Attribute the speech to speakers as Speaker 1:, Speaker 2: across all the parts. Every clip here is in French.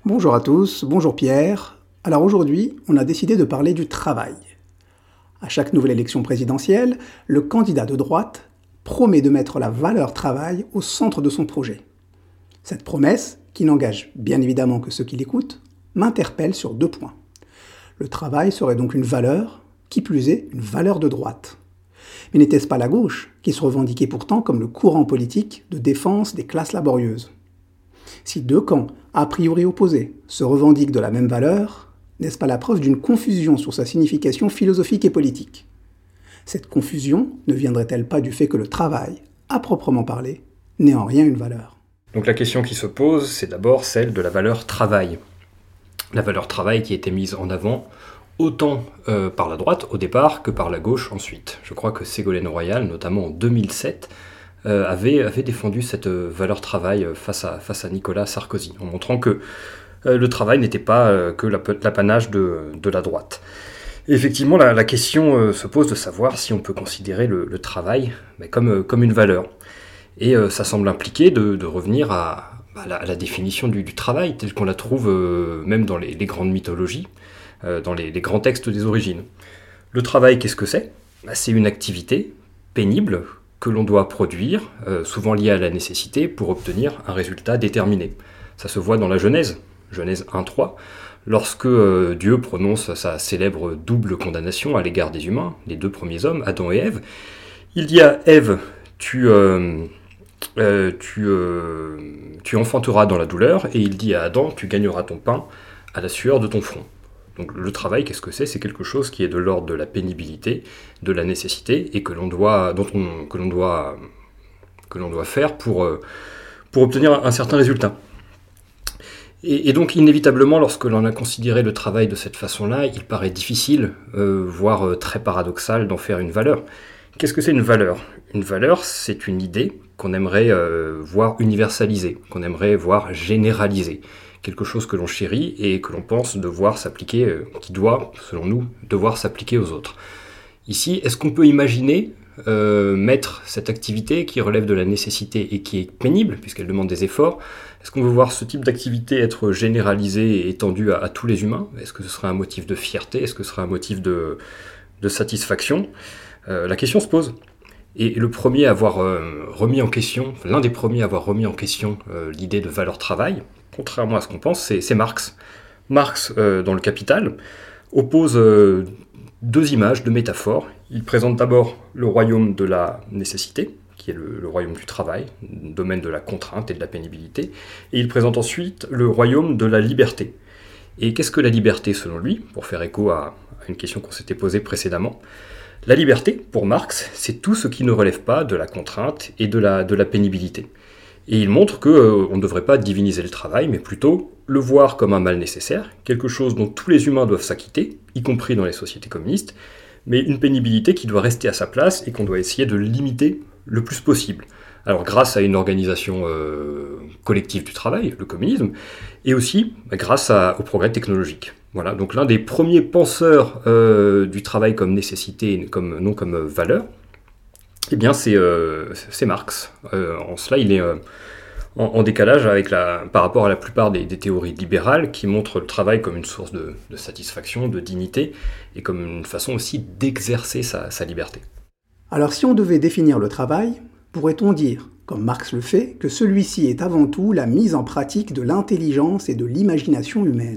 Speaker 1: Bonjour à tous, bonjour Pierre. Alors aujourd'hui, on a décidé de parler du travail. À chaque nouvelle élection présidentielle, le candidat de droite promet de mettre la valeur travail au centre de son projet. Cette promesse, qui n'engage bien évidemment que ceux qui l'écoutent, m'interpelle sur 2 points. Le travail serait donc une valeur, qui plus est, une valeur de droite. Mais n'était-ce pas la gauche qui se revendiquait pourtant comme le courant politique de défense des classes laborieuses ? Si 2 camps, a priori opposés, se revendiquent de la même valeur, n'est-ce pas la preuve d'une confusion sur sa signification philosophique et politique ? Cette confusion ne viendrait-elle pas du fait que le travail, à proprement parler, n'est en rien une valeur ?
Speaker 2: Donc la question qui se pose, c'est d'abord celle de la valeur travail. La valeur travail qui a été mise en avant autant par la droite au départ que par la gauche ensuite. Je crois que Ségolène Royal, notamment en 2007, avait défendu cette valeur travail face à Nicolas Sarkozy, en montrant que le travail n'était pas que l'apanage de la droite. Et effectivement, la question se pose de savoir si on peut considérer le travail comme une valeur. Et ça semble impliquer de revenir à la définition du travail, telle qu'on la trouve même dans les grandes mythologies, dans les grands textes des origines. Le travail, qu'est-ce que c'est ? C'est une activité pénible que l'on doit produire, souvent liée à la nécessité, pour obtenir un résultat déterminé. Ça se voit dans la Genèse 1.3, lorsque Dieu prononce sa célèbre double condamnation à l'égard des humains, les 2 premiers hommes, Adam et Ève. Il dit à Ève, tu enfanteras dans la douleur, et il dit à Adam, tu gagneras ton pain à la sueur de ton front. Donc le travail, qu'est-ce que c'est ? C'est quelque chose qui est de l'ordre de la pénibilité, de la nécessité, et que l'on doit faire pour obtenir un certain résultat. Et donc inévitablement, lorsque l'on a considéré le travail de cette façon-là, il paraît difficile, voire très paradoxal, d'en faire une valeur. Qu'est-ce que c'est une valeur ? Une valeur, c'est une idée qu'on aimerait voir universalisée, qu'on aimerait voir généralisée. Quelque chose que l'on chérit et que l'on pense devoir s'appliquer, qui doit, selon nous, devoir s'appliquer aux autres. Ici, est-ce qu'on peut imaginer mettre cette activité qui relève de la nécessité et qui est pénible, puisqu'elle demande des efforts, est-ce qu'on veut voir ce type d'activité être généralisé et étendu à tous les humains ? Est-ce que ce serait un motif de fierté ? Est-ce que ce serait un motif de satisfaction ? La question se pose. Et le premier à avoir remis en question, l'un des premiers à avoir remis en question l'idée de valeur travail, contrairement à ce qu'on pense, c'est Marx. Marx, dans le Capital, oppose 2 images, 2 métaphores. Il présente d'abord le royaume de la nécessité, qui est le royaume du travail, le domaine de la contrainte et de la pénibilité, et il présente ensuite le royaume de la liberté. Et qu'est-ce que la liberté selon lui ? Pour faire écho à une question qu'on s'était posée précédemment, la liberté, pour Marx, c'est tout ce qui ne relève pas de la contrainte et de la pénibilité. Et il montre qu'on ne devrait pas diviniser le travail, mais plutôt le voir comme un mal nécessaire, quelque chose dont tous les humains doivent s'acquitter, y compris dans les sociétés communistes, mais une pénibilité qui doit rester à sa place et qu'on doit essayer de limiter le plus possible. Alors grâce à une organisation collective du travail, le communisme, et aussi grâce au progrès technologique. Voilà, donc l'un des premiers penseurs du travail comme nécessité et non comme valeur, eh bien c'est Marx. En cela, il est en décalage par rapport à la plupart des théories libérales qui montrent le travail comme une source de satisfaction, de dignité, et comme une façon aussi d'exercer sa liberté.
Speaker 1: Alors si on devait définir le travail, pourrait-on dire, comme Marx le fait, que celui-ci est avant tout la mise en pratique de l'intelligence et de l'imagination humaine ?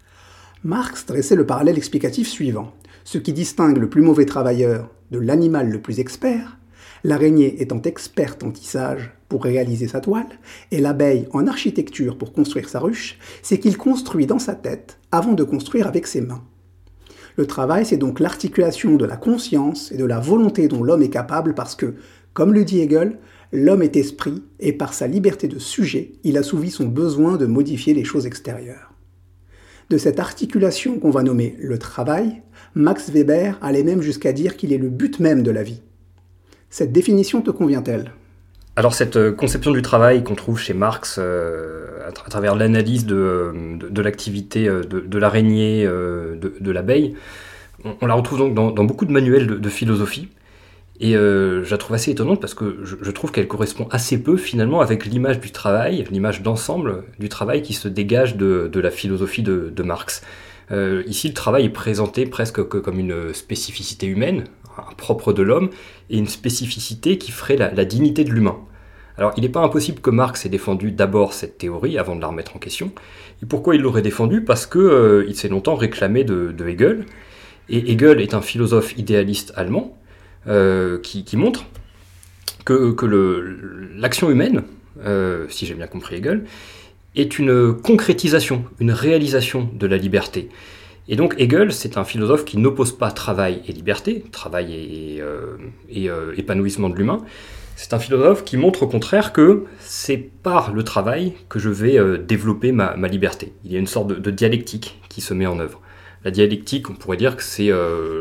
Speaker 1: Marx dressait le parallèle explicatif suivant. Ce qui distingue le plus mauvais travailleur de l'animal le plus expert, l'araignée étant experte en tissage pour réaliser sa toile, et l'abeille en architecture pour construire sa ruche, c'est qu'il construit dans sa tête avant de construire avec ses mains. Le travail, c'est donc l'articulation de la conscience et de la volonté dont l'homme est capable parce que, comme le dit Hegel, l'homme est esprit et par sa liberté de sujet, il assouvit son besoin de modifier les choses extérieures. De cette articulation qu'on va nommer le travail, Max Weber allait même jusqu'à dire qu'il est le but même de la vie. Cette définition te convient-elle ?
Speaker 2: Alors cette conception du travail qu'on trouve chez Marx à travers l'analyse de l'activité de l'araignée, de l'abeille, on la retrouve donc dans beaucoup de manuels de philosophie. Et je la trouve assez étonnante parce que je trouve qu'elle correspond assez peu finalement avec l'image du travail, l'image d'ensemble du travail qui se dégage de la philosophie de Marx. Ici, le travail est présenté presque comme une spécificité humaine, propre de l'homme, et une spécificité qui ferait la dignité de l'humain. Alors, il n'est pas impossible que Marx ait défendu d'abord cette théorie avant de la remettre en question. Et pourquoi il l'aurait défendue ? Parce qu'il s'est longtemps réclamé de Hegel. Et Hegel est un philosophe idéaliste allemand qui montre que l'action humaine, si j'ai bien compris Hegel, est une concrétisation, une réalisation de la liberté. Et donc Hegel, c'est un philosophe qui n'oppose pas travail et liberté, travail et épanouissement de l'humain. C'est un philosophe qui montre au contraire que c'est par le travail que je vais développer ma liberté. Il y a une sorte de dialectique qui se met en œuvre. La dialectique, on pourrait dire que c'est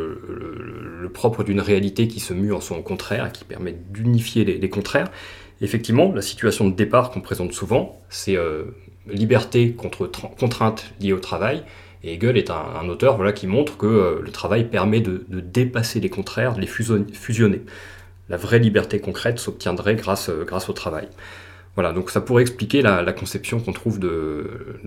Speaker 2: le propre d'une réalité qui se mue en son contraire et qui permet d'unifier les contraires. Effectivement, la situation de départ qu'on présente souvent, c'est liberté contre contrainte liée au travail. Et Hegel est un auteur qui montre que le travail permet de dépasser les contraires, de les fusionner. La vraie liberté concrète s'obtiendrait grâce au travail. Voilà, donc ça pourrait expliquer la conception qu'on trouve de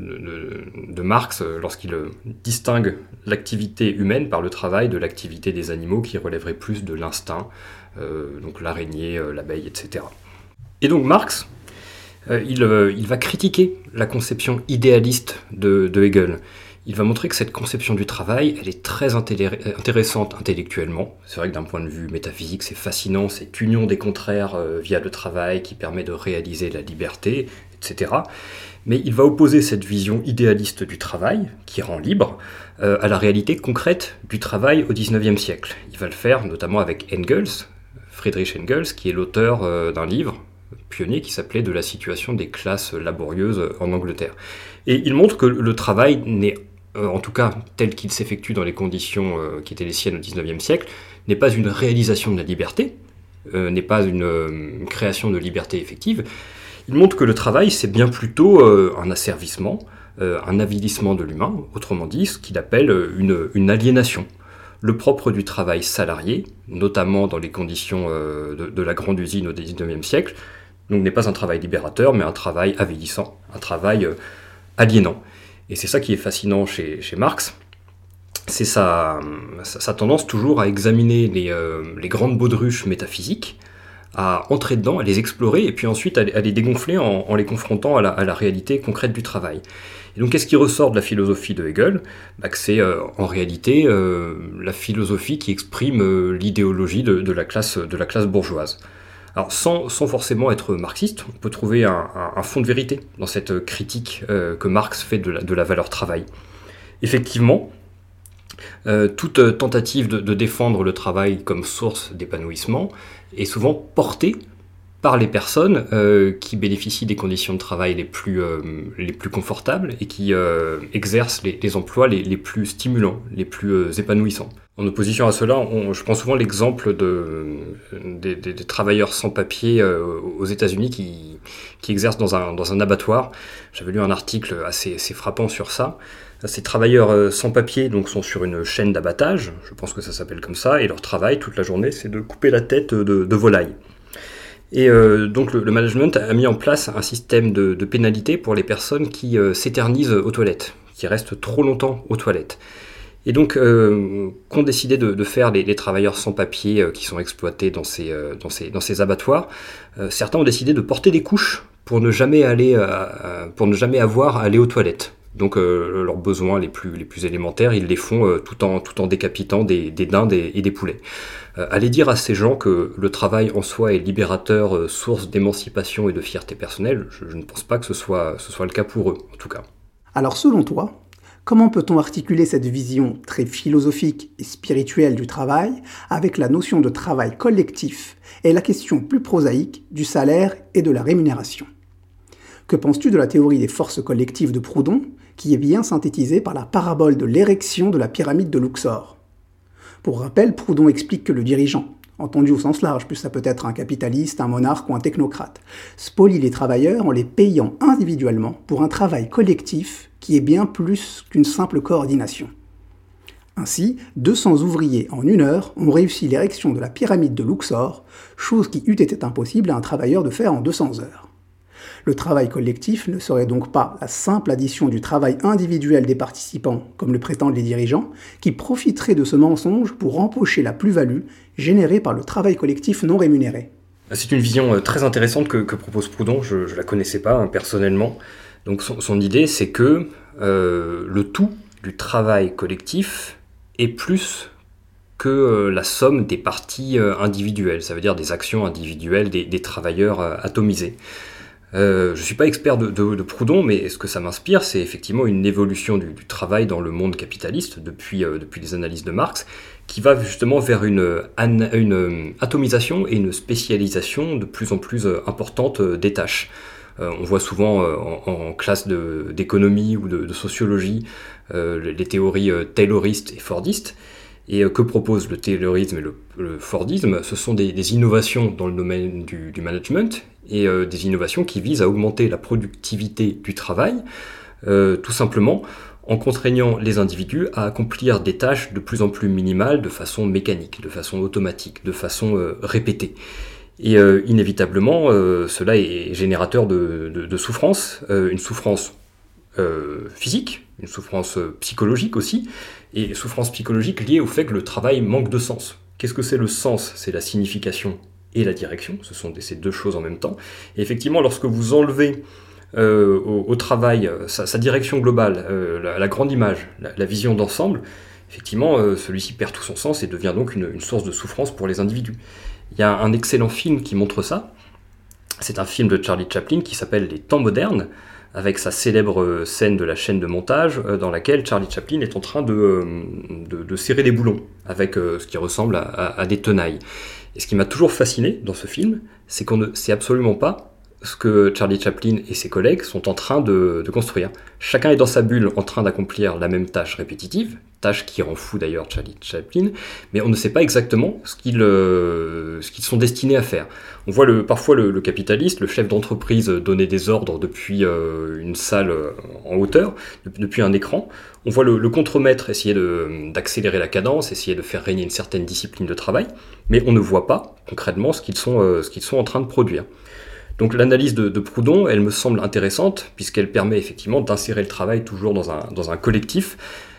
Speaker 2: Marx lorsqu'il distingue l'activité humaine par le travail de l'activité des animaux qui relèverait plus de l'instinct, donc l'araignée, l'abeille, etc. Et donc Marx, il va critiquer la conception idéaliste de Hegel. Il va montrer que cette conception du travail, elle est très intéressante intellectuellement. C'est vrai que d'un point de vue métaphysique, c'est fascinant, cette union des contraires via le travail qui permet de réaliser la liberté, etc. Mais il va opposer cette vision idéaliste du travail, qui rend libre, à la réalité concrète du travail au XIXe siècle. Il va le faire notamment avec Engels, Friedrich Engels, qui est l'auteur d'un livre pionnier qui s'appelait « De la situation des classes laborieuses en Angleterre ». Et il montre que le travail n'est en tout cas tel qu'il s'effectue dans les conditions qui étaient les siennes au XIXe siècle, n'est pas une réalisation de la liberté, n'est pas une création de liberté effective. Il montre que le travail, c'est bien plutôt un asservissement, un avilissement de l'humain, autrement dit, ce qu'il appelle une aliénation. Le propre du travail salarié, notamment dans les conditions de la grande usine au XIXe siècle, donc n'est pas un travail libérateur, mais un travail avilissant, un travail aliénant. Et c'est ça qui est fascinant chez Marx, c'est sa tendance toujours à examiner les grandes baudruches métaphysiques, à entrer dedans, à les explorer, et puis ensuite à les dégonfler en les confrontant à la réalité concrète du travail. Et donc qu'est-ce qui ressort de la philosophie de Hegel ? Que c'est en réalité la philosophie qui exprime l'idéologie de la classe bourgeoise. Alors sans forcément être marxiste, on peut trouver un fond de vérité dans cette critique que Marx fait de la valeur travail. Effectivement, toute tentative de défendre le travail comme source d'épanouissement est souvent portée par les personnes qui bénéficient des conditions de travail les plus confortables et qui exercent les emplois les plus stimulants, les plus épanouissants. En opposition à cela, je prends souvent l'exemple des travailleurs sans papier aux États-Unis qui exercent dans un abattoir. J'avais lu un article assez frappant sur ça. Ces travailleurs sans papier donc, sont sur une chaîne d'abattage, je pense que ça s'appelle comme ça, et leur travail toute la journée, c'est de couper la tête de volaille. Et donc le management a mis en place un système de pénalité pour les personnes qui s'éternisent aux toilettes, qui restent trop longtemps aux toilettes. Et donc, qu'ont décidé de faire les travailleurs sans papier qui sont exploités dans ces abattoirs, certains ont décidé de porter des couches pour ne jamais avoir à aller aux toilettes. Donc, leurs besoins les plus élémentaires, ils les font tout en décapitant des dindes et des poulets. Allez dire à ces gens que le travail en soi est libérateur, source d'émancipation et de fierté personnelle, je ne pense pas que ce soit le cas pour eux, en tout cas.
Speaker 1: Alors, selon toi, comment peut-on articuler cette vision très philosophique et spirituelle du travail avec la notion de travail collectif et la question plus prosaïque du salaire et de la rémunération ? Que penses-tu de la théorie des forces collectives de Proudhon, qui est bien synthétisée par la parabole de l'érection de la pyramide de Luxor ? Pour rappel, Proudhon explique que le dirigeant, entendu au sens large, puis ça peut être un capitaliste, un monarque ou un technocrate, spolie les travailleurs en les payant individuellement pour un travail collectif qui est bien plus qu'une simple coordination. Ainsi, 200 ouvriers en 1 heure ont réussi l'érection de la pyramide de Luxor, chose qui eût été impossible à un travailleur de faire en 200 heures. Le travail collectif ne serait donc pas la simple addition du travail individuel des participants, comme le prétendent les dirigeants, qui profiterait de ce mensonge pour empocher la plus-value générée par le travail collectif non rémunéré.
Speaker 2: C'est une vision très intéressante que propose Proudhon, je ne la connaissais pas personnellement. Donc son idée, c'est que le tout du travail collectif est plus que la somme des parties individuelles, ça veut dire des actions individuelles des travailleurs atomisés. Je ne suis pas expert de Proudhon, mais ce que ça m'inspire, c'est effectivement une évolution du travail dans le monde capitaliste depuis les analyses de Marx, qui va justement vers une atomisation et une spécialisation de plus en plus importante des tâches. On voit souvent en classe d'économie ou de sociologie les théories tayloristes et fordistes. Et que propose le taylorisme et le fordisme? Ce sont des innovations dans le domaine du management et des innovations qui visent à augmenter la productivité du travail, tout simplement en contraignant les individus à accomplir des tâches de plus en plus minimales de façon mécanique, de façon automatique, de façon répétée. Et inévitablement, cela est générateur de souffrance, une souffrance physique, une souffrance psychologique aussi, et souffrance psychologique liée au fait que le travail manque de sens. Qu'est-ce que c'est le sens? C'est la signification et la direction, ce sont ces deux choses en même temps. Et effectivement, lorsque vous enlevez au travail sa direction globale, la grande image, la vision d'ensemble, effectivement, celui-ci perd tout son sens et devient donc une source de souffrance pour les individus. Il y a un excellent film qui montre ça, c'est un film de Charlie Chaplin qui s'appelle Les Temps modernes, avec sa célèbre scène de la chaîne de montage, dans laquelle Charlie Chaplin est en train de serrer des boulons, avec ce qui ressemble à des tenailles. Et ce qui m'a toujours fasciné dans ce film, c'est qu'on ne sait absolument pas ce que Charlie Chaplin et ses collègues sont en train de construire. Chacun est dans sa bulle en train d'accomplir la même tâche répétitive, tâche qui rend fou d'ailleurs Charlie Chaplin, mais on ne sait pas exactement ce qu'ils sont destinés à faire. On voit parfois le capitaliste, le chef d'entreprise donner des ordres depuis une salle en hauteur, depuis un écran. On voit le contremaître essayer d'accélérer la cadence, essayer de faire régner une certaine discipline de travail, mais on ne voit pas concrètement ce qu'ils sont en train de produire. Donc l'analyse de Proudhon, elle me semble intéressante, puisqu'elle permet effectivement d'insérer le travail toujours dans un collectif,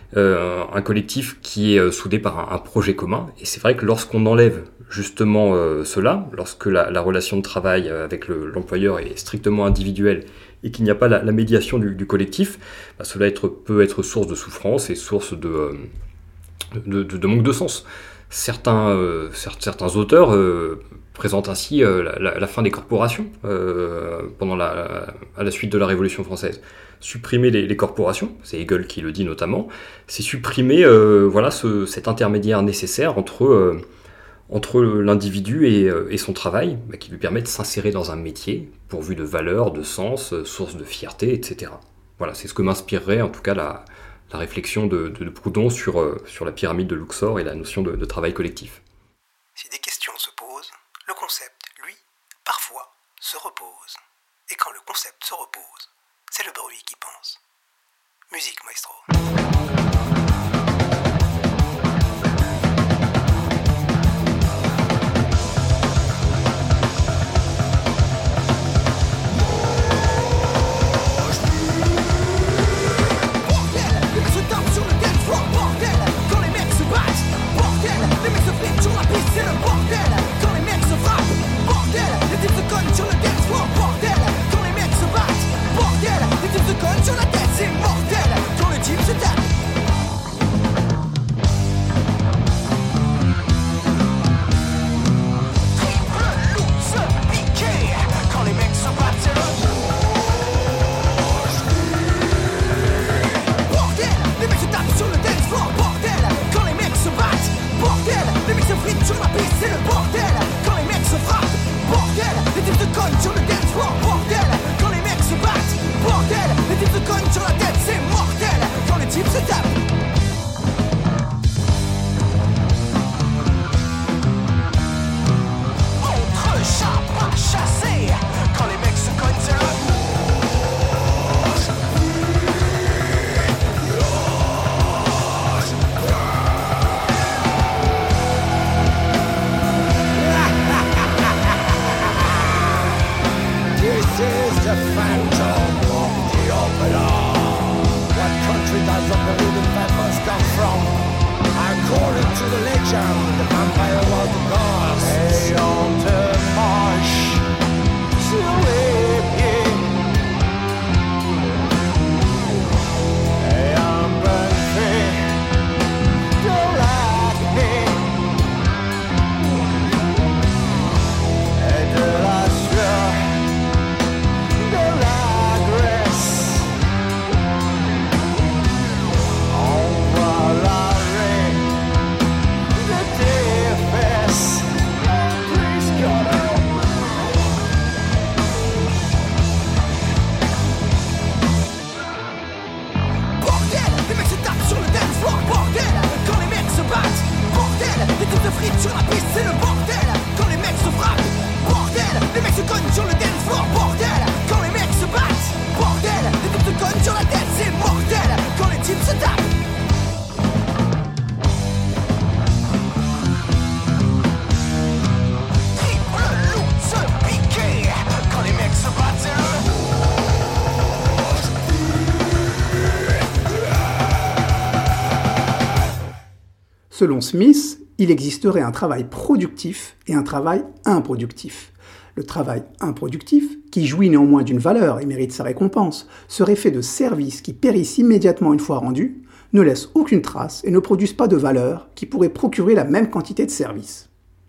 Speaker 2: un collectif qui est soudé par un projet commun. Et c'est vrai que lorsqu'on enlève justement cela, lorsque la relation de travail avec l'employeur est strictement individuelle et qu'il n'y a pas la médiation du collectif, cela peut être source de souffrance et source de manque de sens. Certains auteurs présentent ainsi la fin des corporations à la suite de la Révolution française. Supprimer les corporations, c'est Hegel qui le dit notamment, c'est supprimer cet intermédiaire nécessaire entre l'individu et son travail, qui lui permet de s'insérer dans un métier pourvu de valeur, de sens, source de fierté, etc. Voilà, c'est ce que m'inspirerait en tout cas la réflexion de Proudhon sur la pyramide de Luxor et la notion de travail collectif.
Speaker 1: Si des questions se posent, le concept, lui, parfois, se repose. Et quand le concept se repose, c'est le bruit qui pense. Musique, maestro.
Speaker 3: Sur la tête, c'est mortel. Quand le type se tape
Speaker 1: Selon Smith, il existerait un travail productif et un travail improductif. Le travail improductif, qui jouit néanmoins d'une valeur et mérite sa récompense, serait fait de services qui périssent immédiatement une fois rendus, ne laissent aucune trace et ne produisent pas de valeur qui pourrait procurer la même quantité de services.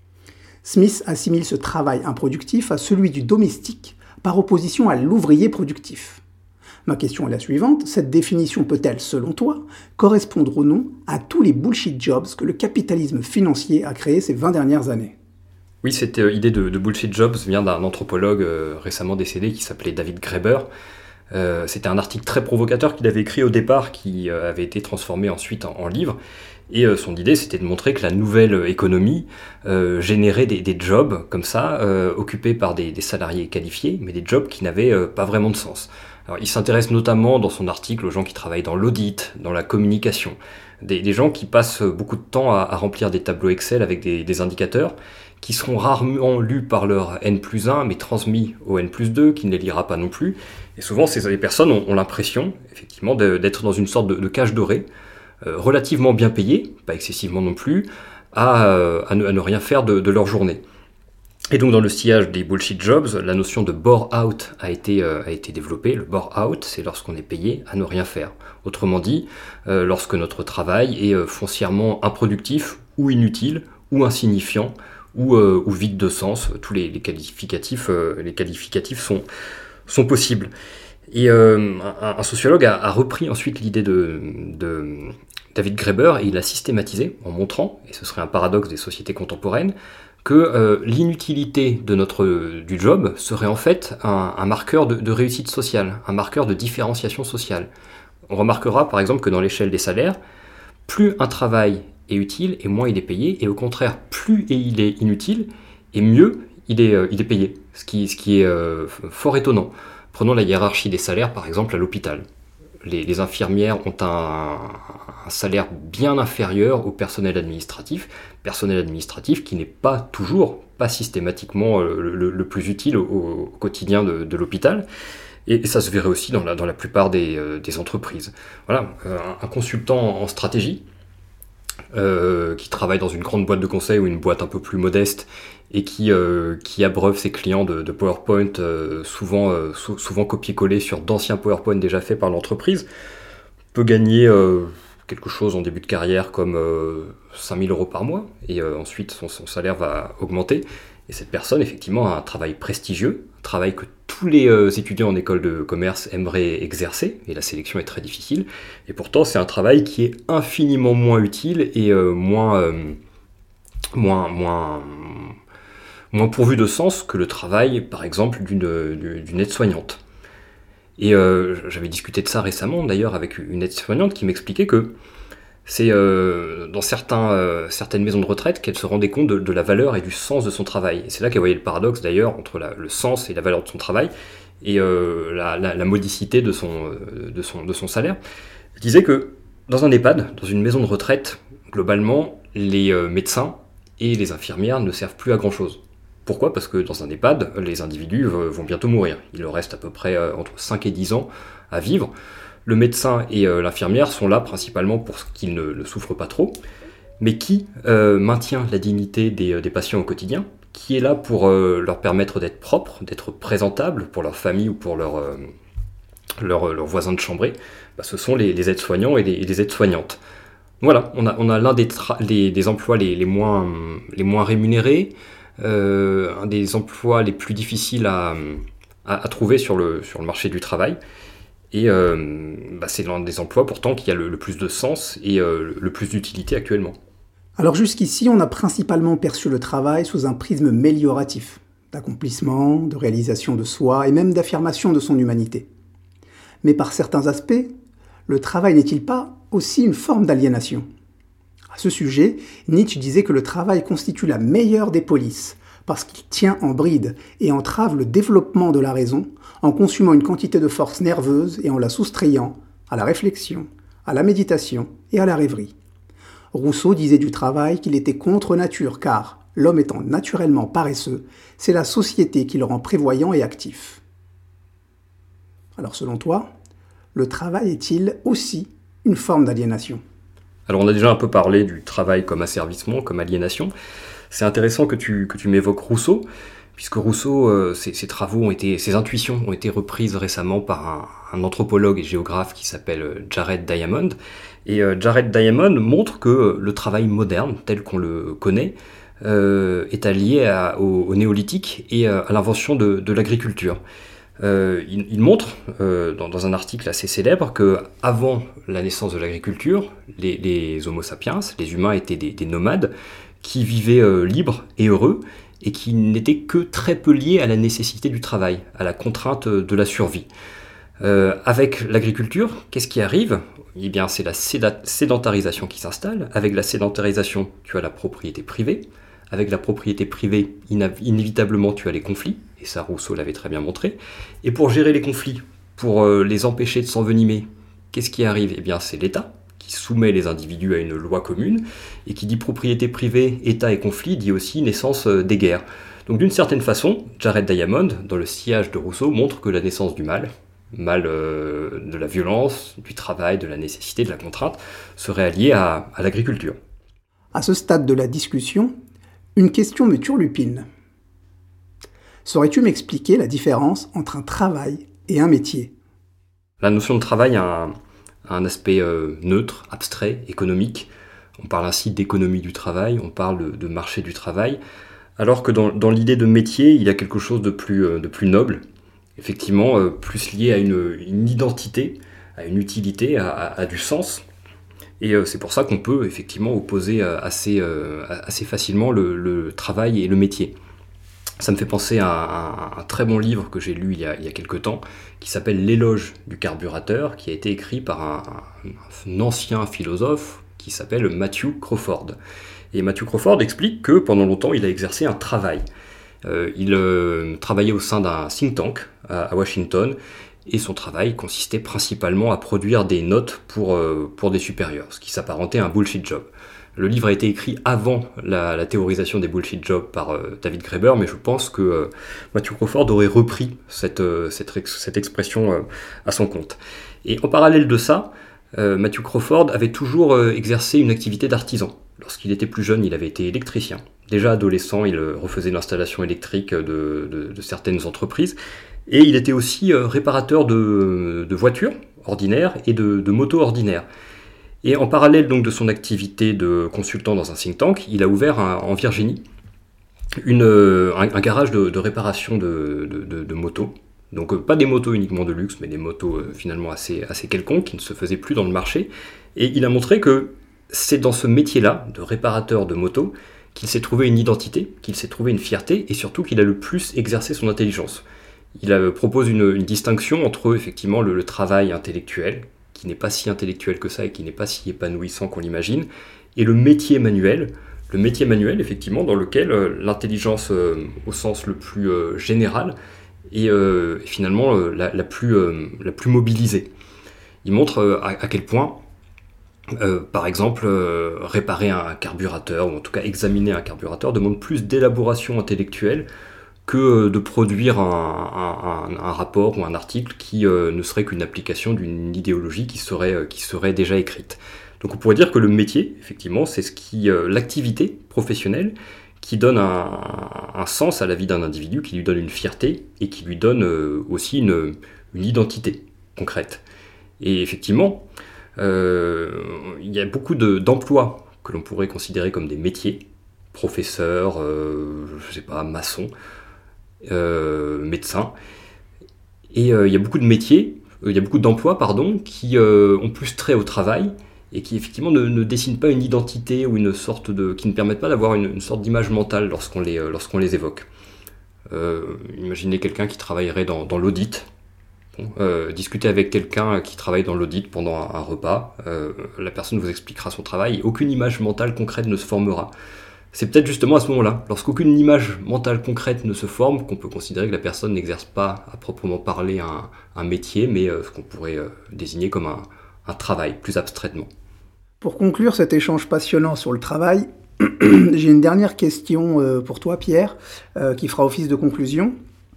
Speaker 1: Smith assimile ce travail improductif à celui du domestique, par opposition à l'ouvrier productif. Ma question est la suivante, cette définition peut-elle, selon toi, correspondre ou non à tous les bullshit jobs que le capitalisme financier a créés ces 20 dernières années ?
Speaker 2: Oui, cette idée de bullshit jobs vient d'un anthropologue récemment décédé qui s'appelait David Graeber. C'était un article très provocateur qu'il avait écrit au départ, qui avait été transformé ensuite en livre. Et son idée, c'était de montrer que la nouvelle économie générait des jobs comme ça, occupés par des salariés qualifiés, mais des jobs qui n'avaient pas vraiment de sens. Alors, il s'intéresse notamment dans son article aux gens qui travaillent dans l'audit, dans la communication, des gens qui passent beaucoup de temps à remplir des tableaux Excel avec des indicateurs qui seront rarement lus par leur N+1, mais transmis au N+2, qui ne les lira pas non plus. Et souvent, ces personnes ont l'impression, effectivement, d'être dans une sorte de cage dorée, relativement bien payée, pas excessivement non plus, à ne rien faire de leur journée. Et donc dans le sillage des bullshit jobs, la notion de bore-out a été développée. Le bore-out, c'est lorsqu'on est payé à ne rien faire. Autrement dit, lorsque notre travail est foncièrement improductif ou inutile ou insignifiant ou vide de sens. Tous les qualificatifs sont possibles. Et un sociologue a repris ensuite l'idée de David Graeber et il l'a systématisé en montrant, et ce serait un paradoxe des sociétés contemporaines, que l'inutilité du job serait en fait un marqueur de réussite sociale, un marqueur de différenciation sociale. On remarquera par exemple que dans l'échelle des salaires, plus un travail est utile et moins il est payé, et au contraire, plus il est inutile et mieux il est payé, ce qui est fort étonnant. Prenons la hiérarchie des salaires par exemple à l'hôpital. Les infirmières ont un salaire bien inférieur au personnel administratif qui n'est pas systématiquement le plus utile au quotidien de l'hôpital. Et ça se verrait aussi dans la plupart des entreprises. Voilà, un consultant en stratégie qui travaille dans une grande boîte de conseil ou une boîte un peu plus modeste et qui abreuve ses clients de PowerPoint souvent copié-collé sur d'anciens PowerPoint déjà faits par l'entreprise, peut gagner quelque chose en début de carrière comme 5 000 € par mois, et ensuite son salaire va augmenter. Et cette personne, effectivement, a un travail prestigieux, un travail que tous les étudiants en école de commerce aimeraient exercer, et la sélection est très difficile. Et pourtant, c'est un travail qui est infiniment moins utile et moins pourvu de sens que le travail, par exemple, d'une aide-soignante. Et j'avais discuté de ça récemment, d'ailleurs, avec une aide-soignante qui m'expliquait que c'est dans certaines maisons de retraite qu'elle se rendait compte de la valeur et du sens de son travail. Et c'est là qu'elle voyait le paradoxe, d'ailleurs, entre le sens et la valeur de son travail et la modicité de son salaire. Elle disait que dans un EHPAD, dans une maison de retraite, globalement, les médecins et les infirmières ne servent plus à grand-chose. Pourquoi ? Parce que dans un EHPAD, les individus vont bientôt mourir. Il leur reste à peu près entre 5 et 10 ans à vivre. Le médecin et l'infirmière sont là principalement pour qu'ils ne souffrent pas trop. mais qui maintient la dignité des patients au quotidien, qui est là pour leur permettre d'être propres, d'être présentables pour leur famille ou pour leurs voisins de chambrée. Ce sont les aides-soignants et les aides-soignantes. Voilà, on a l'un des emplois les moins rémunérés, un des emplois les plus difficiles à trouver sur le marché du travail. Et c'est l'un des emplois pourtant qui a le plus de sens et le plus d'utilité actuellement.
Speaker 1: Alors jusqu'ici, on a principalement perçu le travail sous un prisme mélioratif, d'accomplissement, de réalisation de soi et même d'affirmation de son humanité. Mais par certains aspects, le travail n'est-il pas aussi une forme d'aliénation ? À ce sujet, Nietzsche disait que le travail constitue la meilleure des polices, parce qu'il tient en bride et entrave le développement de la raison en consumant une quantité de force nerveuse et en la soustrayant à la réflexion, à la méditation et à la rêverie. Rousseau disait du travail qu'il était contre nature car, l'homme étant naturellement paresseux, c'est la société qui le rend prévoyant et actif. Alors selon toi, le travail est-il aussi une forme d'aliénation ?
Speaker 2: Alors on a déjà un peu parlé du travail comme asservissement, comme aliénation. C'est intéressant que tu m'évoques Rousseau, puisque Rousseau, ses intuitions ont été reprises récemment par un anthropologue et géographe qui s'appelle Jared Diamond. Et Jared Diamond montre que le travail moderne, tel qu'on le connaît, est allié au néolithique et à l'invention de l'agriculture. Il montre, dans un article assez célèbre, qu'avant la naissance de l'agriculture, les Homo sapiens, les humains étaient des nomades qui vivaient libres et heureux et qui n'étaient que très peu liés à la nécessité du travail, à la contrainte de la survie. Avec l'agriculture, qu'est-ce qui arrive ? Eh bien, c'est la sédentarisation qui s'installe. Avec la sédentarisation, tu as la propriété privée. Avec la propriété privée, inévitablement, tu as les conflits. Et ça, Rousseau l'avait très bien montré. Et pour gérer les conflits, pour les empêcher de s'envenimer, qu'est-ce qui arrive ? Eh bien, c'est l'État qui soumet les individus à une loi commune. Et qui dit propriété privée, État et conflit, dit aussi naissance des guerres. Donc d'une certaine façon, Jared Diamond, dans le sillage de Rousseau, montre que la naissance du mal de la violence, du travail, de la nécessité, de la contrainte, serait liée à l'agriculture.
Speaker 1: À ce stade de la discussion, une question me turlupine. Saurais-tu m'expliquer la différence entre un travail et un métier ?
Speaker 2: La notion de travail a un aspect neutre, abstrait, économique. On parle ainsi d'économie du travail, on parle de marché du travail, alors que dans l'idée de métier, il y a quelque chose de plus noble, effectivement plus lié à une identité, à une utilité, à du sens. Et c'est pour ça qu'on peut effectivement opposer assez facilement le travail et le métier. Ça me fait penser à un très bon livre que j'ai lu il y a quelque temps, qui s'appelle L'éloge du carburateur, qui a été écrit par un ancien philosophe qui s'appelle Matthew Crawford. Et Matthew Crawford explique que pendant longtemps il a exercé un travail. Il travaillait au sein d'un think tank à Washington, et son travail consistait principalement à produire des notes pour des supérieurs, ce qui s'apparentait à un bullshit job. Le livre a été écrit avant la théorisation des bullshit jobs par David Graeber, mais je pense que Matthew Crawford aurait repris cette expression à son compte. Et en parallèle de ça, Matthew Crawford avait toujours exercé une activité d'artisan. Lorsqu'il était plus jeune, il avait été électricien. Déjà adolescent, il refaisait l'installation électrique de certaines entreprises. Et il était aussi réparateur de voitures ordinaires et de motos ordinaires. Et en parallèle donc de son activité de consultant dans un think tank, il a ouvert en Virginie un garage de réparation de motos. Donc pas des motos uniquement de luxe, mais des motos finalement assez quelconques, qui ne se faisaient plus dans le marché. Et il a montré que c'est dans ce métier-là, de réparateur de motos, qu'il s'est trouvé une identité, qu'il s'est trouvé une fierté, et surtout qu'il a le plus exercé son intelligence. Il propose une distinction entre effectivement le travail intellectuel, qui n'est pas si intellectuel que ça et qui n'est pas si épanouissant qu'on l'imagine, et le métier manuel, effectivement, dans lequel l'intelligence au sens le plus général est finalement la plus mobilisée. Il montre à quel point, par exemple, réparer un carburateur, ou en tout cas examiner un carburateur, demande plus d'élaboration intellectuelle que de produire un rapport ou un article qui ne serait qu'une application d'une idéologie qui serait déjà écrite. Donc on pourrait dire que le métier, effectivement, c'est l'activité professionnelle qui donne un sens à la vie d'un individu, qui lui donne une fierté et qui lui donne aussi une identité concrète. Et effectivement, il y a beaucoup d'emplois que l'on pourrait considérer comme des métiers, professeurs, maçons, médecins. Et il y a beaucoup de métiers, il y a beaucoup d'emplois, qui ont plus trait au travail et qui effectivement ne dessinent pas une identité ou qui ne permettent pas d'avoir une sorte d'image mentale lorsqu'on les évoque. Imaginez quelqu'un qui travaillerait dans l'audit. Discuter avec quelqu'un qui travaille dans l'audit pendant un repas, la personne vous expliquera son travail et aucune image mentale concrète ne se formera. C'est peut-être justement à ce moment-là, lorsqu'aucune image mentale concrète ne se forme, qu'on peut considérer que la personne n'exerce pas à proprement parler un métier, mais ce qu'on pourrait désigner comme un travail, plus abstraitement.
Speaker 1: Pour conclure cet échange passionnant sur le travail, j'ai une dernière question pour toi, Pierre, qui fera office de conclusion.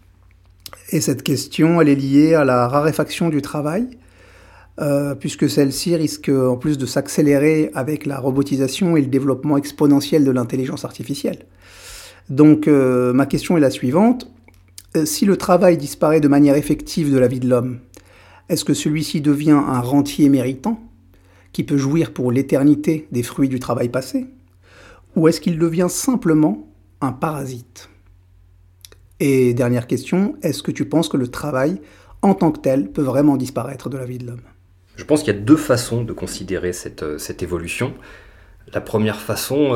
Speaker 1: Et cette question, elle est liée à la raréfaction du travail, puisque celle-ci risque en plus de s'accélérer avec la robotisation et le développement exponentiel de l'intelligence artificielle. Donc ma question est la suivante. Si le travail disparaît de manière effective de la vie de l'homme, est-ce que celui-ci devient un rentier méritant, qui peut jouir pour l'éternité des fruits du travail passé, ou est-ce qu'il devient simplement un parasite ? Et dernière question, est-ce que tu penses que le travail, en tant que tel, peut vraiment disparaître de la vie de l'homme ?
Speaker 2: Je pense qu'il y a deux façons de considérer cette évolution. La première façon,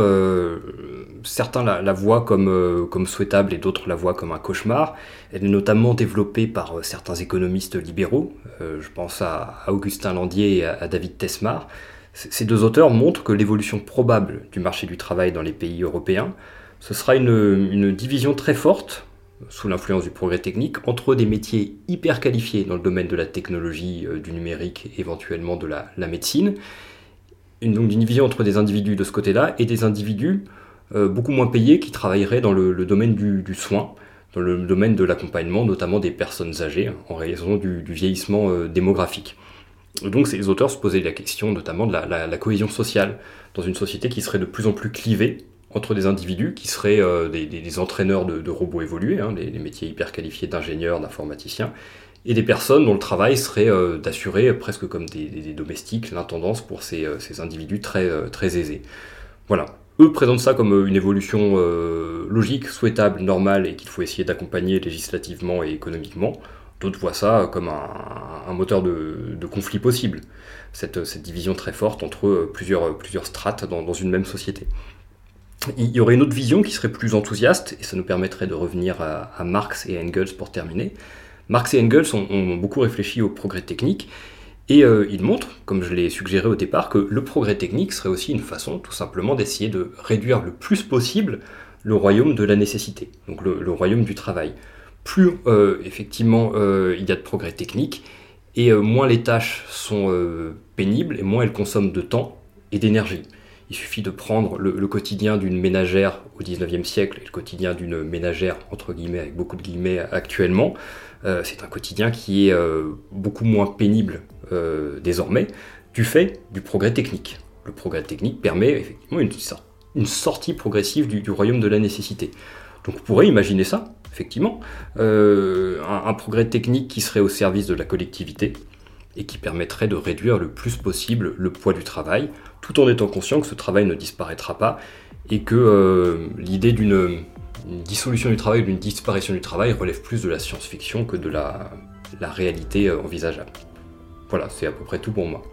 Speaker 2: certains la voient comme souhaitable et d'autres la voient comme un cauchemar. Elle est notamment développée par certains économistes libéraux. Je pense à Augustin Landier et à David Tesmar. Ces deux auteurs montrent que l'évolution probable du marché du travail dans les pays européens, ce sera une division très forte, sous l'influence du progrès technique, entre des métiers hyper qualifiés dans le domaine de la technologie, du numérique, éventuellement de la médecine, donc une division entre des individus de ce côté-là et des individus beaucoup moins payés qui travailleraient dans le domaine du soin, dans le domaine de l'accompagnement, notamment des personnes âgées, en raison du vieillissement démographique. Donc ces auteurs se posaient la question notamment de la cohésion sociale dans une société qui serait de plus en plus clivée entre des individus qui seraient des entraîneurs de robots évolués, les métiers hyper qualifiés d'ingénieurs, d'informaticiens, et des personnes dont le travail serait d'assurer, presque comme des domestiques, l'intendance pour ces individus très aisés. Voilà. Eux présentent ça comme une évolution logique, souhaitable, normale, et qu'il faut essayer d'accompagner législativement et économiquement. D'autres voient ça comme un moteur de conflit possible, cette division très forte entre plusieurs strates dans une même société. Il y aurait une autre vision qui serait plus enthousiaste, et ça nous permettrait de revenir à Marx et Engels pour terminer. Marx et Engels ont beaucoup réfléchi au progrès technique, et ils montrent, comme je l'ai suggéré au départ, que le progrès technique serait aussi une façon tout simplement d'essayer de réduire le plus possible le royaume de la nécessité, donc le royaume du travail. Plus effectivement il y a de progrès technique, et moins les tâches sont pénibles, et moins elles consomment de temps et d'énergie. Il suffit de prendre le quotidien d'une ménagère au XIXe siècle et le quotidien d'une ménagère, entre guillemets, avec beaucoup de guillemets actuellement. C'est un quotidien qui est beaucoup moins pénible désormais, du fait du progrès technique. Le progrès technique permet effectivement une sortie progressive du royaume de la nécessité. Donc on pourrait imaginer ça, effectivement, un progrès technique qui serait au service de la collectivité, et qui permettrait de réduire le plus possible le poids du travail, tout en étant conscient que ce travail ne disparaîtra pas, et que l'idée d'une dissolution du travail, d'une disparition du travail relève plus de la science-fiction que de la réalité envisageable. Voilà, c'est à peu près tout pour moi.